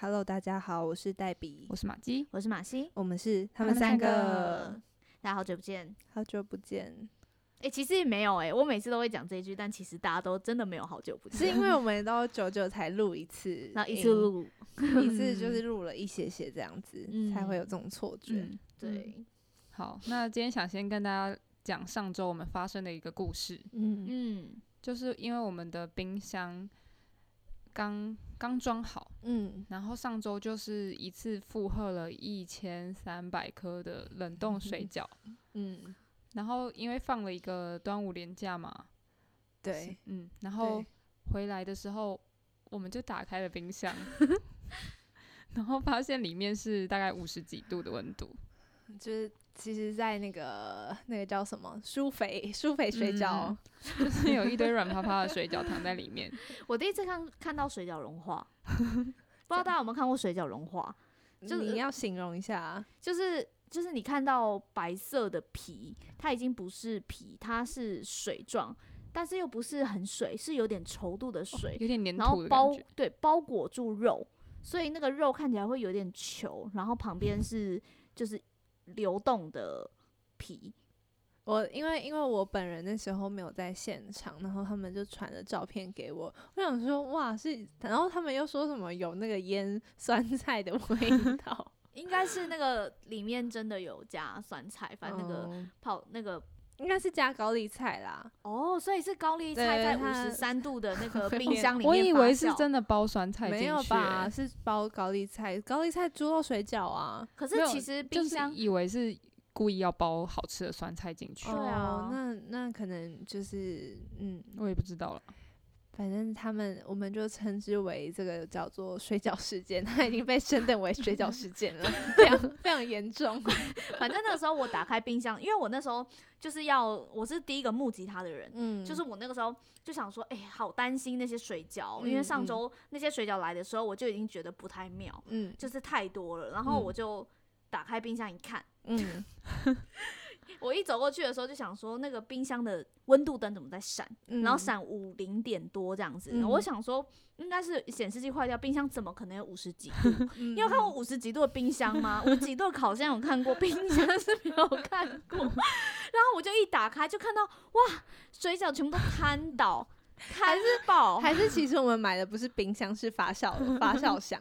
Hello， 大家好，我是黛比， 我是马基， 我是马西， 我们是他们三个。 大家好久不见。 好久不见。 其实也没有我每次都会讲这一句，但其实大家都真的没有好久不见， 是因为我们都久久才录一次， 然后一次录一次就是录了一些这样子，才会有这种错觉。 对。 好，那今天想先跟大家讲上周我们发生的一个故事。就是因为我们的冰箱刚装好，然后上周就是一次负荷了1300颗的冷冻水饺，然后因为放了一个端午连假嘛， 对， 然后回来的时候我们就打开了冰箱，然后发现里面是大概50几度的温度， 就是其实在那个叫什么舒肥水饺， 就是有一堆软趴趴的水饺躺在里面。 我第一次看到水饺融化，不知道大家有没有看过水饺融化？就是你要形容一下啊， 就是你看到白色的皮，它已经不是皮，它是水状，但是又不是很水，是有点稠度的水， 有点黏然后土的感觉， 包裹住肉，所以那个肉看起来会有点球，然后旁边是就是流动的皮。 因为我本人那时候没有在现场，然后他们就传了照片给我，我想说哇然后他们又说什么有那个腌酸菜的味道， 应该是那个里面真的有加酸菜，反正那个泡那个应该是加高丽菜啦。 所以是高丽菜在53度的那个冰箱里面我以为是真的包酸菜进去， 没有吧？是包高丽菜猪肉水饺啊。 可是其实冰箱就是以为是故意要包好吃的酸菜进去。 对啊， 那可能就是我也不知道了。 反正我们就称之为这个叫做水饺事件，它已经被升等为水饺事件了，非常严重。 反正那个时候我打开冰箱，因为我那时候就是我是第一个目击他的人，就是我那个时候就想说，好担心那些水饺，因为上周那些水饺来的时候，我就已经觉得不太妙，就是太多了，然后我就打开冰箱一看，我一走过去的时候就想说，那个冰箱的温度灯怎么在闪，然后闪50点多这样子，我想说应该是显示器坏掉，冰箱怎么可能有50几度？你有看过50几度的冰箱吗？50几度的烤箱有看过，冰箱是没有看过。然后我就一打开就看到，哇，水饺全部都摊倒，摊爆。 还是其实我们买的不是冰箱，是发酵箱。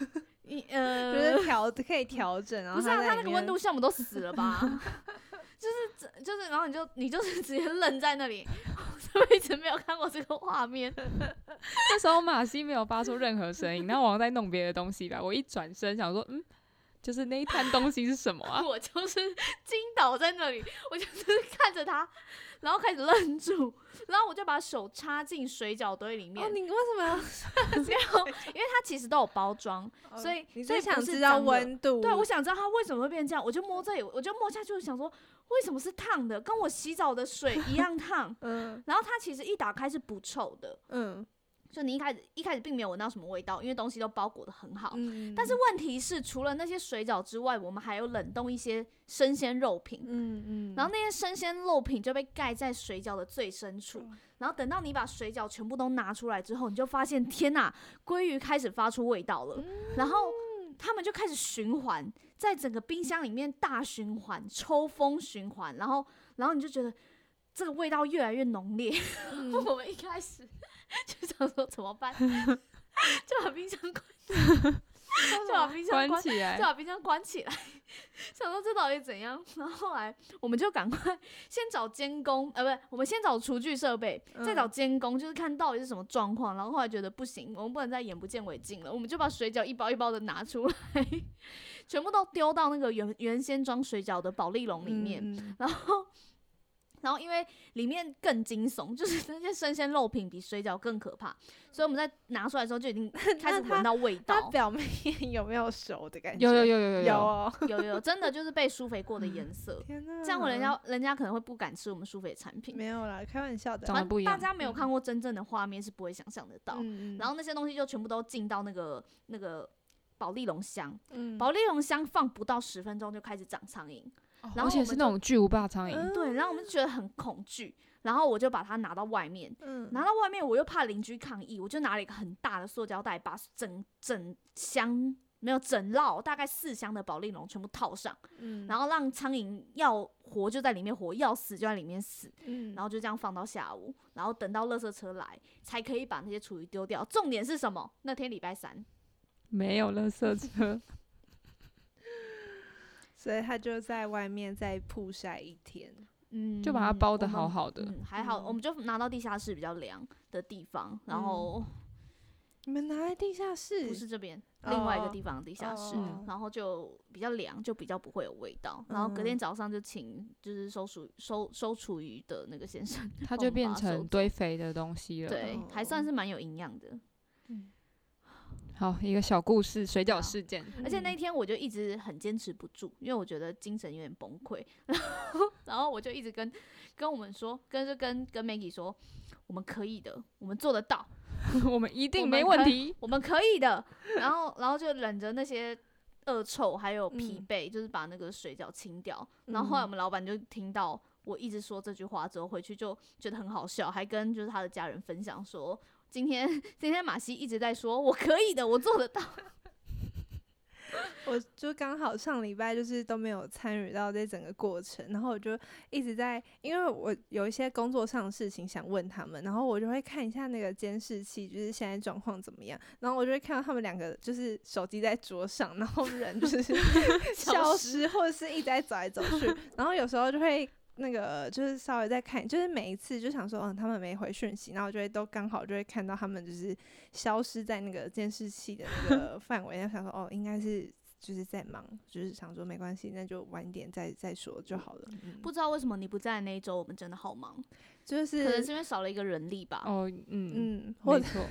就是可以调整，然后不是它那个温度像我们都死了吧？就是，然后你就是直接愣在那里，我一直没有看过这个画面。 那时候马西没有发出任何声音，然后我好像在弄别的东西吧。我一转身想说，就是那一摊东西是什么啊？ 我就是惊倒在那里，我就是看着他，然后开始愣住，然后我就把手插进水饺堆里面。 你为什么要？ 因为它其实都有包装，所以你是想知道温度？ 对，我想知道它为什么会变这样，我就摸这里，我就摸下去，想说为什么是烫的，跟我洗澡的水一样烫。然后它其实一打开是不臭的。就你一开始并没有闻到什么味道，因为东西都包裹得很好。但是问题是，除了那些水饺之外，我们还有冷冻一些生鲜肉品。然后那些生鲜肉品就被盖在水饺的最深处。然后等到你把水饺全部都拿出来之后，你就发现天哪，鲑鱼开始发出味道了。然后他们就开始循环，在整个冰箱里面大循环，抽风循环。然后你就觉得这个味道越来越浓烈。我们一开始就想说怎么办，就把冰箱关起来，想说这到底怎样。然后后来我们就赶快先找监工，我们先找厨具设备，再找监工，就是看到底是什么状况。然后后来觉得不行，我们不能再眼不见为净了，我们就把水饺一包一包的拿出来，全部都丢到那个原先装水饺的保丽龙里面。然后因为里面更惊悚，就是那些生鲜肉品比水饺更可怕，所以我们在拿出来的时候就已经开始闻到味道。 它表面有没有熟的感觉？ 有，真的就是被舒肥过的颜色。天哪，这样人家可能会不敢吃我们舒肥的产品。 没有啦，开玩笑的。 长得不一样， 大家没有看过真正的画面是不会想象得到。然后那些东西就全部都进到那个保丽龙箱，保丽龙箱放不到10分钟就开始长苍蝇。然后而且是那种巨无霸苍蝇。 对，然后我们就觉得很恐惧， 然后我就把它拿到外面，拿到外面我又怕邻居抗议，我就拿了一个很大的塑胶袋，把整箱没有整绕大概4箱的保丽龙全部套上，然后让苍蝇要活就在里面活，要死就在里面死，然后就这样放到下午，然后等到垃圾车来才可以把那些厨余丢掉。重点是什么？那天礼拜3 没有垃圾车， 所以他就在外面再曝晒一天， 就把它包得好好的， 还好，我们就拿到地下室比较凉的地方，然后。 你们拿来地下室？ 不是这边，另外一个地方的地下室，然后就比较凉，就比较不会有味道。然后隔天早上就请就是收厨余的那个先生， 它就变成堆肥的东西了。 对，还算是蛮有营养的。 好，一个小故事，水饺事件。 而且那一天我就一直很坚持不住，因为我觉得精神有点崩溃。然后我就一直跟我们说，跟 Maggie 说，我们可以的，我们做得到。 我们一定没问题， 我们可以的。然后就忍着那些恶臭还有疲惫，就是把那个水饺清掉。然后后来我们老板就听到我一直说这句话之后，回去就觉得很好笑，还跟就是他的家人分享说，今天马西一直在说我可以的，我做得到。 我就刚好上礼拜就是都没有参与到这整个过程，然后我就一直在，因为我有一些工作上的事情想问他们，然后我就会看一下那个监视器，就是现在状况怎么样，然后我就会看到他们2个就是手机在桌上，然后人就是消失或者是一直在走来走去，然后有时候就会那个就是稍微再看，就是每一次就想说他们没回讯息，然后我就会都刚好就会看到他们就是消失在那个监视器的那个范围，然后想说应该是就是在忙，就是想说没关系，那就晚点再说就好了。 不知道为什么你不在那一周，我们真的好忙， 就是可能是因为少了一个人力吧。 没错。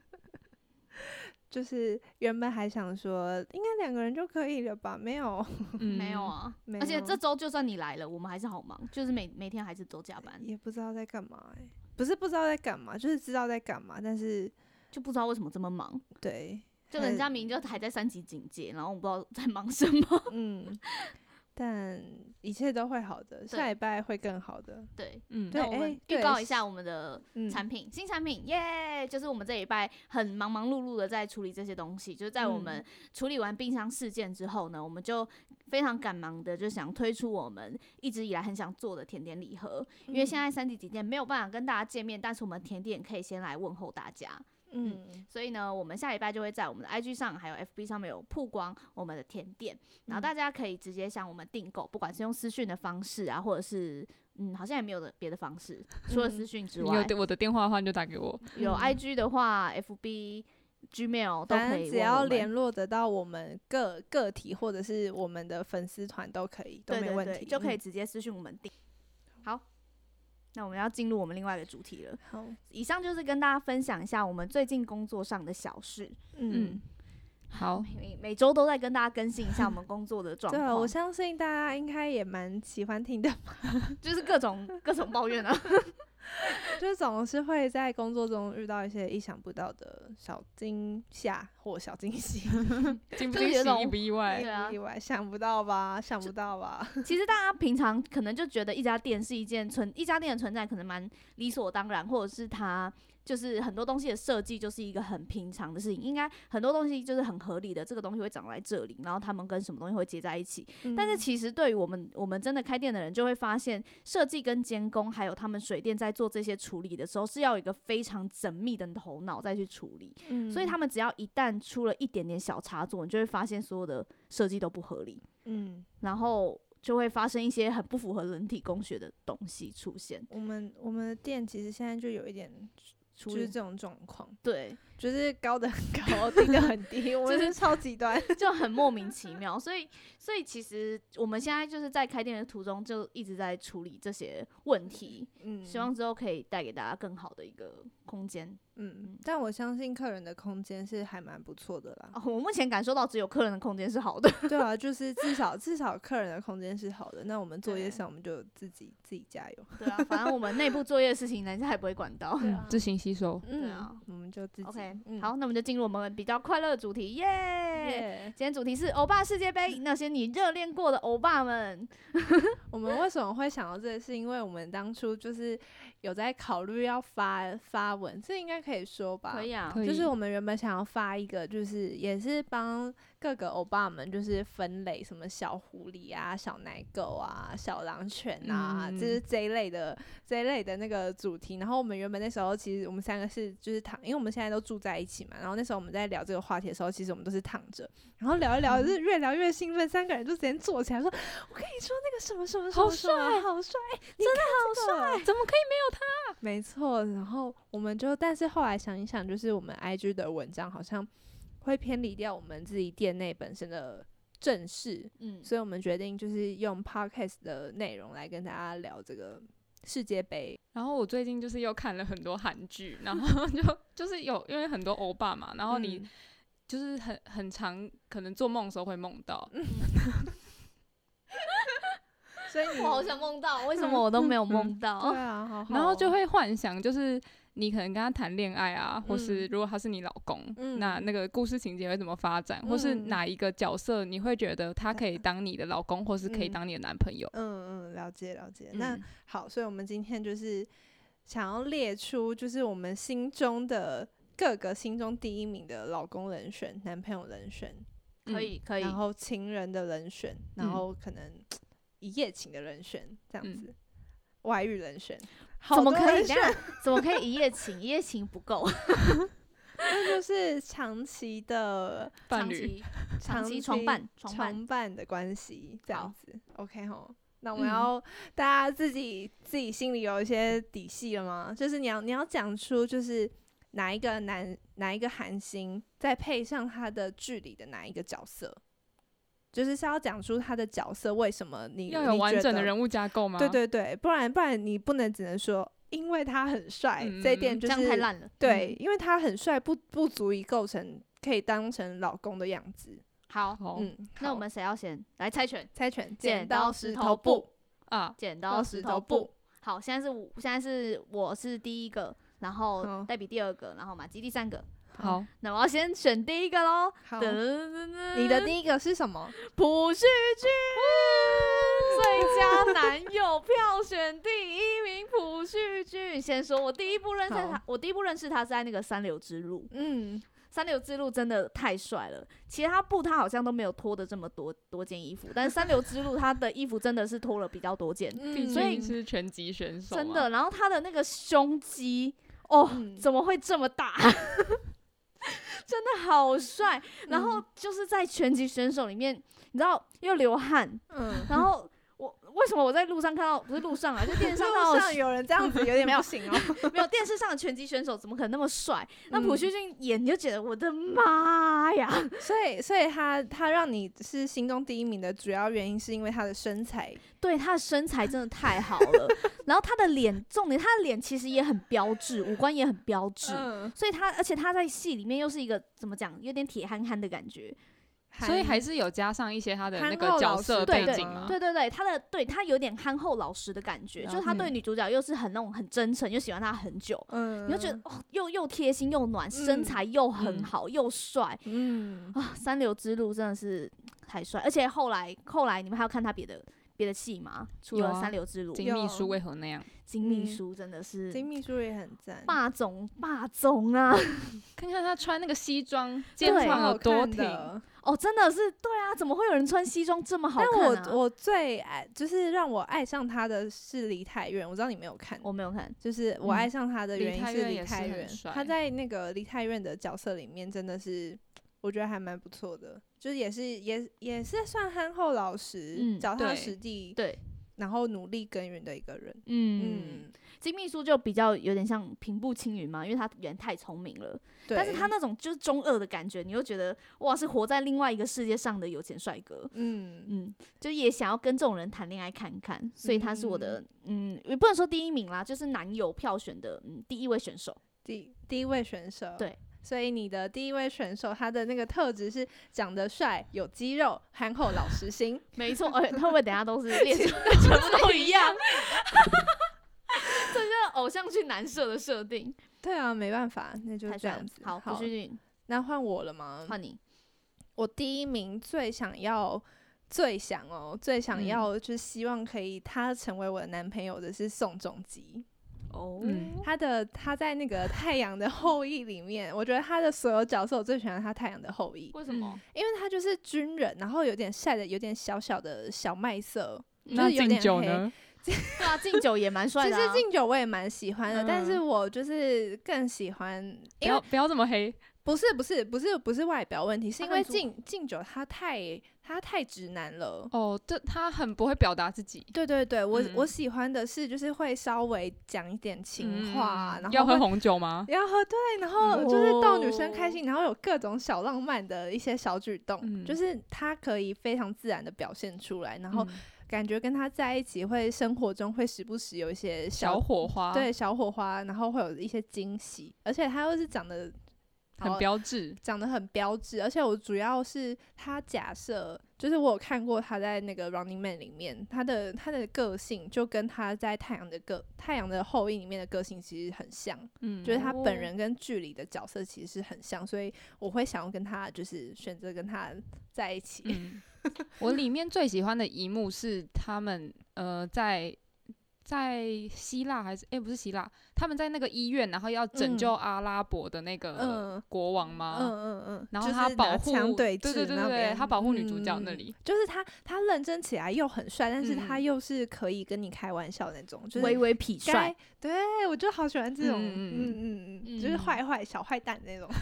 就是原本还想说应该2个人就可以了吧，没有， 没有啊，而且这周就算你来了，我们还是好忙，就是每天还是都加班， 也不知道在干嘛不是不知道在干嘛，就是知道在干嘛，但是就不知道为什么这么忙。 对， 就人家明明就还在3级警戒，然后我不知道在忙什么。 但一切都会好的，下礼拜会更好的。 对，那我们预告一下我们的产品，新产品耶！就是我们这礼拜很忙碌碌的在处理这些东西，就是在我们处理完冰箱事件之后呢，我们就非常赶忙的就想推出我们一直以来很想做的甜点礼盒，因为现在3级警戒没有办法跟大家见面，但是我们甜点可以先来问候大家。所以呢，我们下礼拜就会在我们的 IG 上还有 FB 上面有曝光我们的甜点，然后大家可以直接向我们订购，不管是用私讯的方式啊，或者是好像也没有别的方式，除了私讯之外， 有我的电话的话你就打给我， 有 IG 的话，FB Gmail 都可以， 只要联络得到我们个体或者是我们的粉丝团都可以，都没问题， 对，就可以直接私讯我们订。好。那我们要进入我们另外一个主题了。 好， 以上就是跟大家分享一下我们最近工作上的小事。 好， 每周都在跟大家更新一下我们工作的状况。 对，我相信大家应该也蛮喜欢听的吧， 就是各种抱怨啊。 就总是会在工作中遇到一些意想不到的小惊吓或小惊喜， 惊不惊喜，意不意外？ 意外，想不到吧？ 其实大家平常可能就觉得一家店是一家店的存在可能蛮理所当然，或者是它就是很多东西的设计就是一个很平常的事情，应该很多东西就是很合理的，这个东西会长在这里，然后他们跟什么东西会接在一起。但是其实对于我们真的开店的人就会发现，设计跟监工还有他们水电在做这些处理的时候是要有一个非常缜密的头脑再去处理，所以他们只要一旦出了一点点小差错，你就会发现所有的设计都不合理，然后就会发生一些很不符合人体工学的东西出现。 我们的店其实现在就有一点就是这种状况， 对， 就是高的很高，低的很低，我们是超极端， 就很莫名其妙。所以其实我们现在就是在开店的途中，就一直在处理这些问题。希望之后可以带给大家更好的一个空间。 但我相信客人的空间是还蛮不错的啦。 我目前感受到只有客人的空间是好的。 对啊，就是至少客人的空间是好的。那我们作业上我们就自己加油。 对啊，反正我们内部作业的事情人家还不会管到， 自行吸收。 对啊，我们就自己。 OK，好，那我们就进入我们比较快乐的主题，耶！ 耶！今天主题是欧巴世界杯，那些你热恋过的欧巴们。 我们为什么会想到这个？是因为我们当初就是有在考虑要发文，这应该可以说吧？ 可以啊， 就是我们原本想要发一个，就是也是帮各个欧巴们就是分类，什么小狐狸啊、小奶狗啊、小狼犬啊，就是这一类的那个主题。然后我们原本那时候其实我们三个是就是因为我们现在都住在一起嘛，然后那时候我们在聊这个话题的时候，其实我们都是躺着，然后聊一聊，就是越聊越兴奋，三个人就直接坐起来说：“我跟你说那个什么什么什么什么好帅， 真的好帅， 怎么可以没有他？” 没错，然后我们就，但是后来想一想，就是我们 IG 的文章好像会偏离掉我们自己店内本身的正事，所以我们决定就是用 podcast 的内容来跟大家聊这个世界杯。 然后我最近就是又看了很多韩剧，然后就是因为很多欧巴嘛，然后你就是很常可能做梦的时候会梦到。 所以我好想梦到，为什么我都没有梦到？ 对啊，好好。 然后就会幻想，就是你可能跟他谈恋爱啊，或是如果他是你老公，那个故事情节会怎么发展，或是哪一个角色你会觉得他可以当你的老公，或是可以当你的男朋友？ 了解。那好，所以我们今天就是想要列出，就是我们心中的各个心中第一名的老公人选、男朋友人选， 可以， 然后情人的人选，然后可能一夜情的人选，这样子，外遇人选， 怎么可以这样？怎么可以一夜情？一夜情不够， 那就是长期的伴侣， 长期床伴的关系，这样子。OK 吼，那我们要大家自己心里有一些底细了吗？就是你要讲出就是哪一个韩星，再配上他的剧里的哪一个角色。就是要讲出他的角色为什么你要有完整的人物架构吗？ 对，不然你不能只能说因为他很帅，这一点就是这样太烂了。 对，因为他很帅不足以构成可以当成老公的样子。 好，那我们谁要先来猜拳？ 剪刀石头布啊！剪刀石头布。好，现在是我是第一个，然后黛比第二个，然后马基第三个。 好， 那我要先选第一个咯。 你的第一个是什么？ 朴叙俊，最佳男友票选第一名，朴叙俊。先说，我第一部认识他是在那个《三流之路》。三流之路真的太帅了，其他部他好像都没有脱的这么多件衣服，但是三流之路他的衣服真的是脱了比较多件， 所以是拳击选手， 真的。然后他的那个胸肌，怎么会这么大？真的好帅，然后就是在拳击选手里面，你知道又流汗，然后为什么我在路上看到，不是路上啊，就电视上看到路上有人这样子有点不行哦。 没有，电视上的拳击选手怎么可能那么帅？那朴叙俊演你就觉得我的妈呀！ 所以他让你是心中第一名的主要原因是因为他的身材， 对，他的身材真的太好了。然后他的脸，重点他的脸其实也很标致，五官也很标致，所以而且他在戏里面又是一个怎么讲，有点铁憨憨的感觉。 所以还是有加上一些他的那个角色背景嘛。 对，他有点憨厚老实的感觉，就是他对女主角又是很那种很真诚，又喜欢她很久，你就觉得又贴心又暖，身材又很好，又帅，三流之路真的是太帅。而且后来你们还有看他别的戏吗？除了三流之路， 金秘书为何那样？ 金秘书真的是， 金秘书也很赞， 霸总啊！ 看看他穿那个西装，肩膀有多挺真的是对啊！怎么会有人穿西装这么好看啊？ 但我最爱就是让我爱上他的是梨泰院，我知道你没有看， 我没有看， 就是我爱上他的原因是梨泰院， 他在那个梨泰院的角色里面真的是我觉得还蛮不错的，就是也是算憨厚老实，脚踏实地， 对， 然后努力耕耘的一个人。 金秘书就比较有点像平步青云嘛，因为他人太聪明了，但是他那种就是中二的感觉，你又觉得哇，是活在另外一个世界上的有钱帅哥。就也想要跟这种人谈恋爱看看，所以他是我的也不能说第一名啦，就是男友票选的第一位选手， 第一位选手， 对。 所以你的第一位选手，他的那个特质是长得帅、有肌肉、憨厚、老实型。 没错，会不会等一下都是列出全部都一样？这就是偶像剧男设的设定。 对啊，没办法，那就这样子。 好，朴叙俊， 那换我了吗？ 换你。 我第一名最想要就是希望可以他成为我的男朋友的是宋仲基。他在那个《太阳的后裔》里面，我觉得他的所有角色我最喜欢他《太阳的后裔》。 为什么？ 因为他就是军人，然后有点晒的有点小小的小麦色， 那敬酒呢？ 对啊，敬酒也蛮帅的。 其实敬酒我也蛮喜欢的，但是我就是更喜欢。 不要这么黑。 不是外表问题，是因为敬酒他太直男了。 他很不会表达自己。 对，我喜欢的是就是会稍微讲一点情话，然后要喝红酒吗？ 要喝，对，然后就是逗女生开心，然后有各种小浪漫的一些小举动，就是他可以非常自然的表现出来，然后感觉跟他在一起会生活中会时不时有一些小火花， 对，小火花，然后会有一些惊喜，而且他又是长得很标志， 长得很标志，而且我主要是他假设，就是我有看过他在那个 Running Man 里面，他的个性就跟他在太阳的后裔里面的个性其实很像，就是他本人跟剧里的角色其实是很像，所以我会想要跟他就是选择跟他在一起。 我里面最喜欢的一幕是他们在希腊还是不是希腊，他们在那个医院，然后要拯救阿拉伯的那个国王吗？然后他保护， 对， 他保护女主角那里， 就是他认真起来又很帅，但是他又是可以跟你开玩笑那种，就是微微痞帅。 对，我就好喜欢这种，就是坏小坏蛋那种。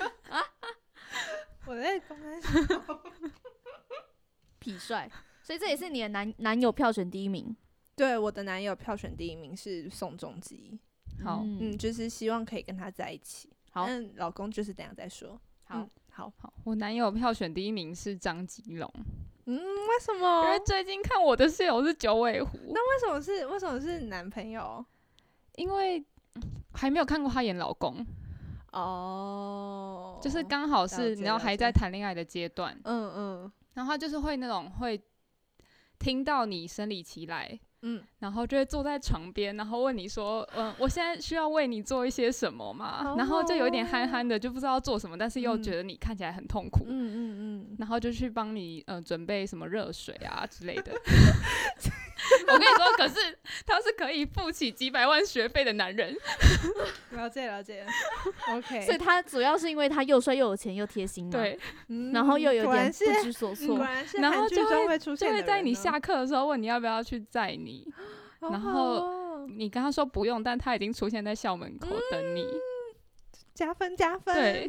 我在公开笑， 痞帅，所以这也是你的男友票选第一名。 对，我的男友票选第一名是宋仲基。 好， 就是希望可以跟他在一起。 好， 老公就是等一下再说。好， 我男友票选第一名是张吉龙。 为什么？ 因为最近看我的室友是九尾狐。 那为什么是男朋友？ 因为还没有看过他演老公。就是刚好是你知道还在谈恋爱的阶段。然后他就是会那种会听到你生理期来。然后就会坐在床边，然后问你说，我现在需要为你做一些什么吗？然后就有点憨憨的，就不知道做什么，但是又觉得你看起来很痛苦。然后就去帮你准备什么热水啊之类的。我跟你说，可是他是可以付起几百万学费的男人。 了解。OK， 所以他主要是因为他又帅又有钱又贴心嘛。 对， 然后又有点不知所措。 然后就会在你下课的时候问你要不要去载你，然后你跟他说不用，但他已经出现在校门口等你。 加分。 对。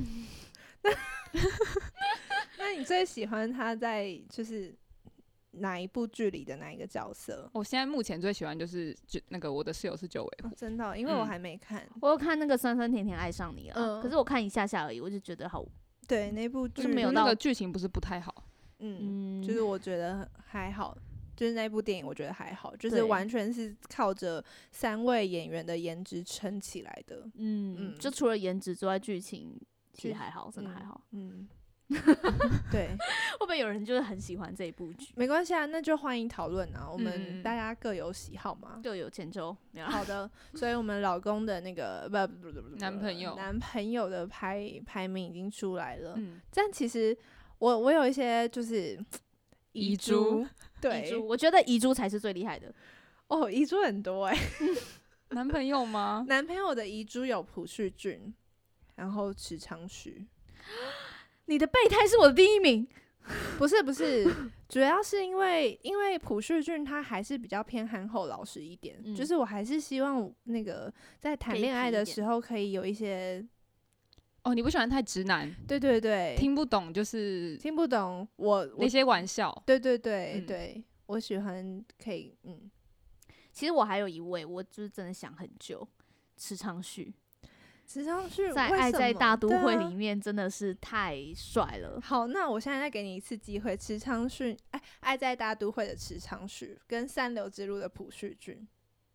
那你最喜欢他在就是哪一部剧里的哪一个角色？ 我现在目前最喜欢就是那个我的室友是九尾狐。 真的，因为我还没看。 我有看那个酸酸甜甜爱上你了，可是我看一下下而已，我就觉得好。 对，那部剧没有那个剧情不是不太好。 就是我觉得还好，就是那部电影我觉得还好，就是完全是靠着3位演员的颜值撑起来的。 就除了颜值之外，剧情其实还好，真的还好。 对， 会不会有人就是很喜欢这一部剧？ 没关系啊，那就欢迎讨论啊，我们大家各有喜好嘛， 各有千秋。 好的，所以我们老公的那个男朋友的排名已经出来了。但其实我有一些就是遗珠，对， 我觉得遗珠才是最厉害的。 遗珠很多男朋友吗？ 男朋友的遗珠有朴叙俊，然后池昌旭。 你的备胎是我的第一名。 不是，主要是因为朴叙俊他还是比较偏憨厚老实一点，就是我还是希望那个在谈恋爱的时候可以有一些。 你不喜欢太直男？ 对， 听不懂就是听不懂我那些玩笑。 对，我喜欢可以其实我还有一位，我就是真的想很久，池昌旭在《爱在大都会》里面真的是太帅了。 好，那我现在再给你一次机会，池昌旭，爱在大都会的池昌旭跟三流之路的朴叙俊，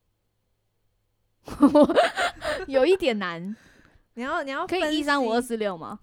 有一点难。 你要可以13526吗？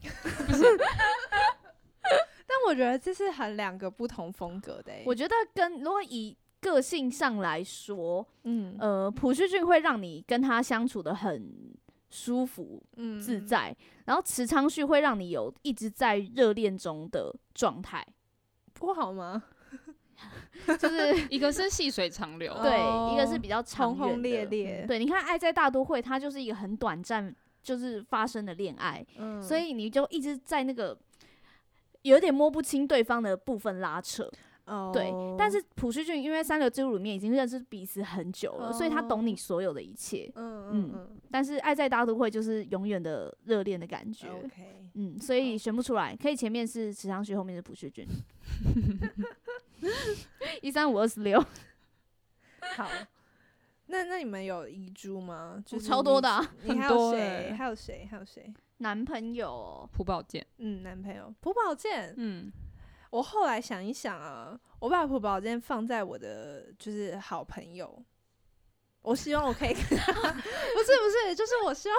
但我觉得这是很两个不同风格的。 我觉得如果以个性上来说，朴叙俊会让你跟他相处的很舒服自在，然后池昌旭会让你有一直在热恋中的状态， 不好吗？ 就是一个是细水长流， 对，一个是比较长远的， 轰轰烈烈。 对，你看《爱在大都会》，它就是一个很短暂就是发生的恋爱，所以你就一直在那个有点摸不清对方的部分拉扯。对，但是朴叙俊因为《三流之路》里面已经认识彼此很久了，所以他懂你所有的一切。但是《爱在大都会》就是永远的热恋的感觉。所以选不出来，可以前面是池昌旭，后面是朴叙俊。13526。 好，那你们有遗珠吗？就是超多的啊， 你还有谁？还有谁？还有谁？ 男朋友朴宝剑。 男朋友朴宝剑。我后来想一想啊，我把朴宝剑放在我的就是好朋友，我希望我可以跟他，不是，就是我希望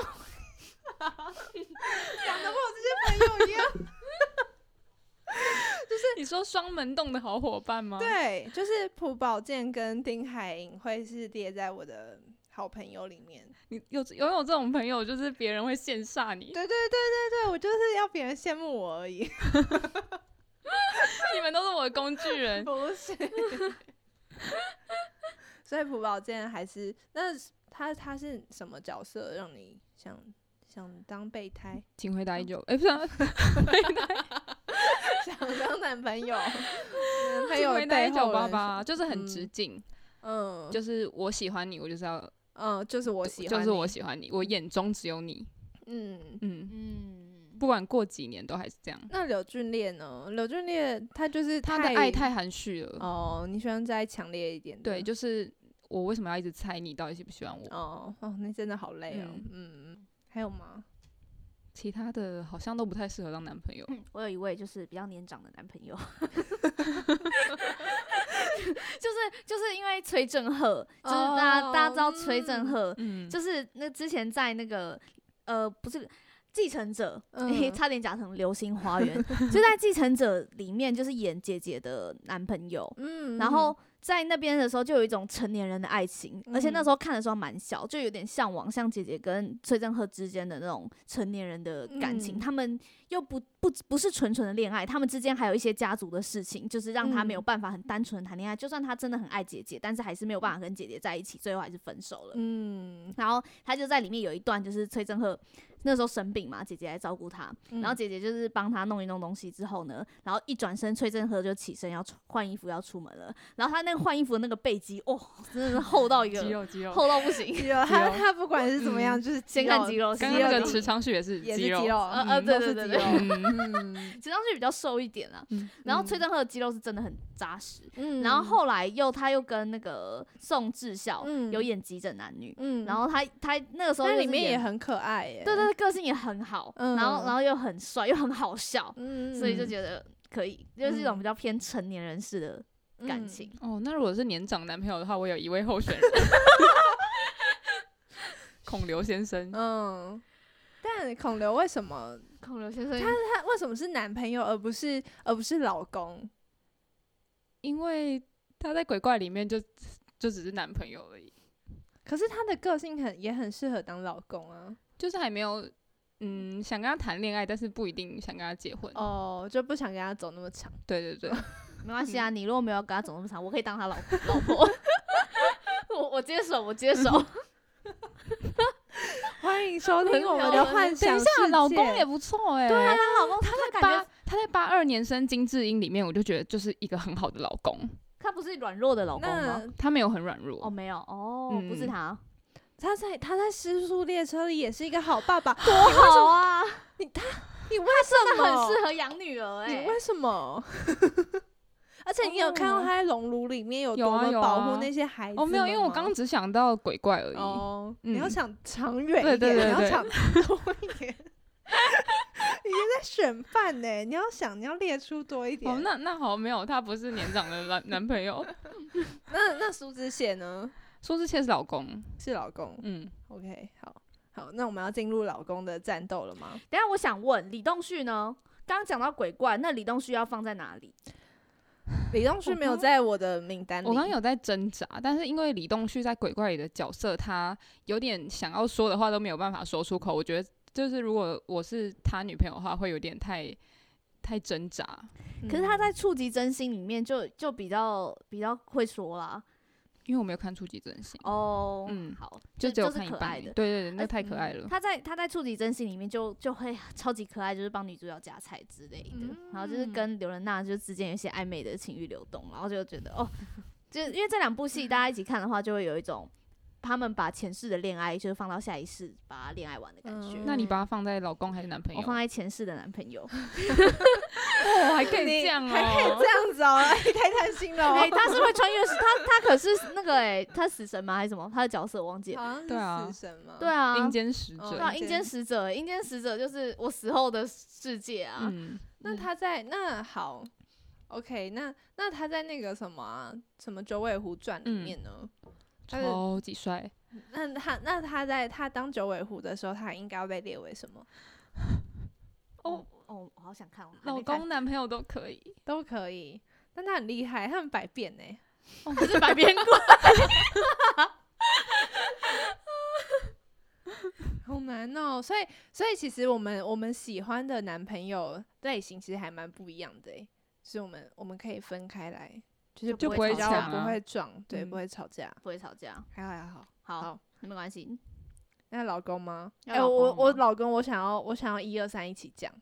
讲的跟我这些朋友一样。就是你说双门洞的好伙伴吗？ 对，就是朴宝剑跟丁海寅会是列在我的好朋友里面。 你拥有这种朋友，就是别人会羡煞你。 对，我就是要别人羡慕我而已。 你们都是我的工具人。 不是。所以朴宝剑还是那他是什么角色让你想当备胎？ 请回答19。不是、啊， 想当男朋友， 请回答1988，就是很直径。就是我喜欢你，我就是要， 就是我喜欢你， 就是我喜欢你，我眼中只有你。不管过几年都还是这样。 那柳俊烈呢？柳俊烈他就是他的爱太含蓄了。 你喜欢再强烈一点的。 对，就是我为什么要一直猜你到底喜不喜欢我？ 那真的好累哦。还有吗？ 其他的好像都不太适合当男朋友。 我有一位就是比较年长的男朋友，就是因为崔振赫，就是大家知道崔振赫，就是那之前在那个不是。继承者，差点讲成流星花园，就在继承者里面就是演姐姐的男朋友，然后在那边的时候就有一种成年人的爱情，而且那时候看的时候蛮小，就有点向往像姐姐跟崔振赫之间的那种成年人的感情，他们又不是纯纯的恋爱，他们之间还有一些家族的事情，就是让他没有办法很单纯的谈恋爱，就算他真的很爱姐姐，但是还是没有办法跟姐姐在一起，最后还是分手了。然后他就在里面有一段就是崔振赫那时候生病嘛，姐姐来照顾他，然后姐姐就是帮他弄一弄东西之后呢，然后一转身崔振赫就起身要换衣服要出门了，然后他那个换衣服的那个背肌，真的是厚到一个肌肉厚到不行。 他不管是怎么样，就是先看肌肉。 刚刚那个池昌旭也是肌肉， 对。池昌旭比较瘦一点啦，然后崔振赫的肌肉是真的很扎实。然后后来他又跟那个宋智孝有演急诊男女，然后他那个时候里面也很可爱耶。 对，个性也很好，然后又很帅，又很好笑，所以就觉得可以，就是一种比较偏成年人式的感情。 那如果是年长男朋友的话，我有一位候选人，孔刘先生。 但孔刘为什么？ 孔刘先生他为什么是男朋友而不是老公？ 因为他在鬼怪里面就只是男朋友而已。 可是他的个性也很适合当老公啊， 就是还没有想跟他谈恋爱，但是不一定想跟他结婚。 就不想跟他走那么长。 对， 没关系啊，你如果没有跟他走那么长，我可以当他老婆。我接手。 欢迎收听我们的幻想世界。 等一下，老公也不错哎。 对啊，他老公他在82年生金智英里面，我就觉得就是一个很好的老公。 他不是软弱的老公吗？ 他没有很软弱。 没有不是他。 他在失速列车里也是一个好爸爸， 多好啊！ 你为什么很适合养女儿？ 你为什么？而且你有看到他在熔炉里面有多么保护那些孩子吗？ 没有，因为我刚刚只想到鬼怪而已。 你要想长远一点，你要想多一点。你在选饭呢，你要列出多一点。 那好，没有，他不是年长的男朋友。 那苏志燮呢？ 苏志燮是老公， 是老公。OK， 好，那我们要进入老公的战斗了吗？ 等一下我想问李栋旭呢？刚刚讲到鬼怪，那李栋旭要放在哪里？ 李栋旭没有在我的名单里。 我刚刚有在挣扎，但是因为李栋旭在鬼怪里的角色，他有点想要说的话都没有办法说出口。我觉得就是如果我是他女朋友的话，会有点太挣扎。 可是他在触及真心里面就比较会说啦。 因为我没有看触及真心哦，好， 就只有看一半。对对对，那太可爱了。 他在触及真心里面就会超级可爱，就是帮女主角夹菜之类的，然后就是跟刘仁娜就之间有一些暧昧的情欲流动，然后就觉得哦，就因为这两部戏大家一起看的话，就会有一种他们把前世的恋爱就是放到下一世把它恋爱完的感觉。 那你把它放在老公还是男朋友？ 我放在前世的男朋友。 还可以这样哦， 还可以这样子哦，太贪心了哦。 他是会穿越他可是那个他死神吗还是什么？他的角色我忘记了。 好像是死神吗？ 对啊， 阴间使者。 对啊，阴间使者就是我死后的世界啊。 那他在那好 ，OK， 那他在那个什么九尾狐传里面呢？ 超级帅。 那他当九尾狐的时候，他应该要被列为什么？ 我好想看， 老公、男朋友都可以， 但他很厉害，他很百变呢。 可是百变怪， 好难哦。所以其实我们喜欢的男朋友类型其实还蛮不一样的诶，所以我们可以分开来， 就不会吵架， 不会撞，对，不会吵架， 不会吵架， 还好， 没关系。 那老公吗？我老公，我想要1、2、3一起讲。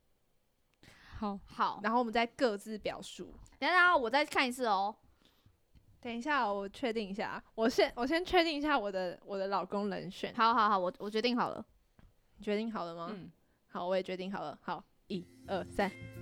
好， 然后我们再各自表述。 等一下，我再看一次哦。 等一下，我确定一下。我先确定一下我的老公人选。 好，我决定好了。 你决定好了吗？好，我也决定好了。好，1、2、3。